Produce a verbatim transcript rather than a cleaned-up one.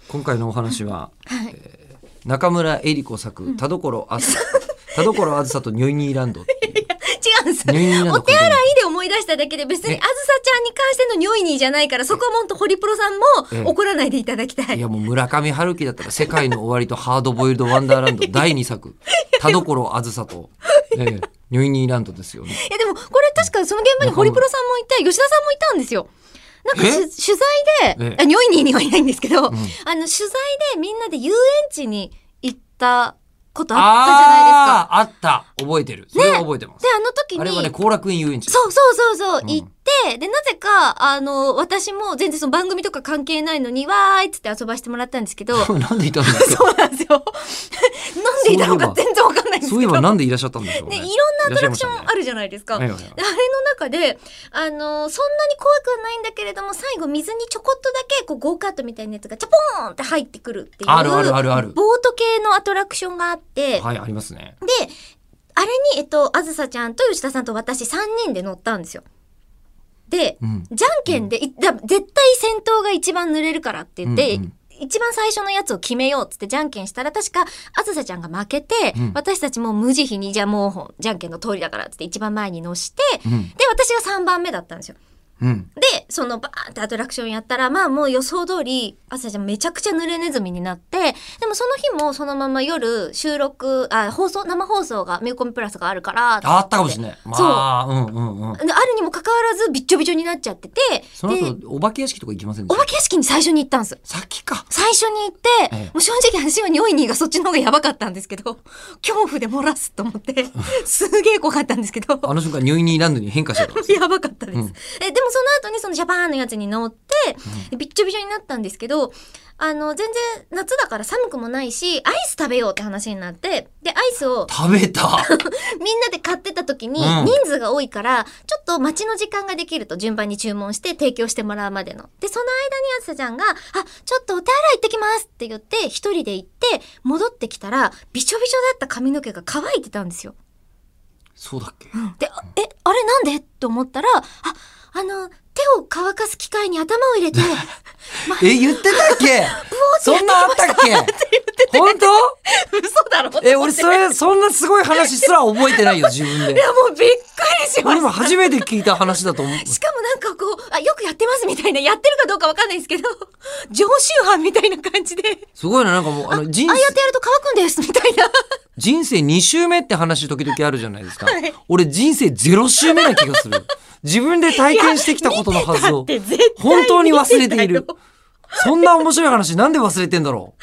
今回のお話は、 はいえー、中村江里子作田所あずさ田所あずさとニョイニーランドっていう違うんです。お手洗いで思い出しただけで別にあずさちゃんに関してのニョイニーじゃないから、そこはもんとホリプロさんも怒らないでいただきたい。 いやもう村上春樹だったら世界の終わりとハードボイルドワンダーランドだいにさく田所あずさと、えー、ニョイニーランドですよね。 いやでもこれ確かその現場にホリプロさんもいて吉田さんもいたんですよ。なんか取材で、あニョイニーにはいないんですけど、うん、あの取材でみんなで遊園地に行ったことあったじゃないですか。 ああった覚えてる。それは覚えてます。 ね、であの時にあれはね後楽園遊園地。 そうそうそうそう、うん、行ってでなぜかあの私も全然その番組とか関係ないのにわーいっつって遊ばしてもらったんですけどなんでいたんですか。 そうなんですよなんでいたのか全然わかんないんですけど、 そういえばなんでいらっしゃったんでしょうね。 ね、いろんなアトラクションあるじゃないですか。ね、あれの中であのそんなに怖くはないんだけれども最後水にちょこっとだけこうゴーカートみたいなやつがチャポーンって入ってくるっていうあるあるあるあるボート系のアトラクションがあって、 はいありますね。 であれにえっとあずさちゃんと吉田さんと私さんにんで乗ったんですよ。で、うん、じゃんけんで、うん、だ絶対先頭が一番濡れるからって言って、うんうん、一番最初のやつを決めようっつってじゃんけんしたら確かあずさちゃんが負けて、うん、私たちも無慈悲にじゃあもうじゃんけんの通りだからっつって一番前に乗して、うん、で私がさんばんめだったんですよ。うん、でそのバーンってアトラクションやったらまあもう予想通りあずさちゃんめちゃくちゃ濡れネズミになって、でもその日もそのまま夜収録あ放送生放送がミューコミプラスがあるからってあったかもしれない、まあ、そう、うんうんうん、 であるにもかかわらずびっちょびちょになっちゃってて、 その後お化け屋敷とか行きませんでした？ お化け屋敷に最初に行ったんです。 先か最初に行って、ええ、もう正直私はニョイニーがそっちの方がやばかったんですけど恐怖で漏らすと思ってすげえ怖かったんですけどあの瞬間ニョイニーランドに変化してたんですやばかったです、うん、えでもその後にそのジャパンのやつに乗って、うん、びっちょびちょになったんですけど、あの全然夏だから寒くもないしアイス食べようって話になって、でアイスを食べたみんなで買ってた時に人数が多いから、うん、ちょっと待ちの時間ができると順番に注文して提供してもらうまでので、その間にあずさちゃんがあちょっとお手洗い行ってきますって言って一人で行って戻ってきたらびちょびちょだった髪の毛が乾いてたんですよ。 そうだっけ、 うん、でえあれなんでと思ったらああの手を乾かす機械に頭を入れてま、え言ってたっけそんなあったっけ本当嘘だろえ俺それそんなすごい話すら覚えてないよ自分で。 いやもうびっくりしました俺も初めて聞いた話だと思う。 しかもなんかこうあよくやってますみたいな、やってるかどうかわかんないですけど常習犯みたいな感じですごいな。なんかもうあの人生ああやってやると乾くんですみたいな人生に周目って話時々あるじゃないですか、はい、俺人生ゼロ周目な気がする自分で体験してきたことのはずを本当に忘れている。そんな面白い話なんで忘れてんだろう。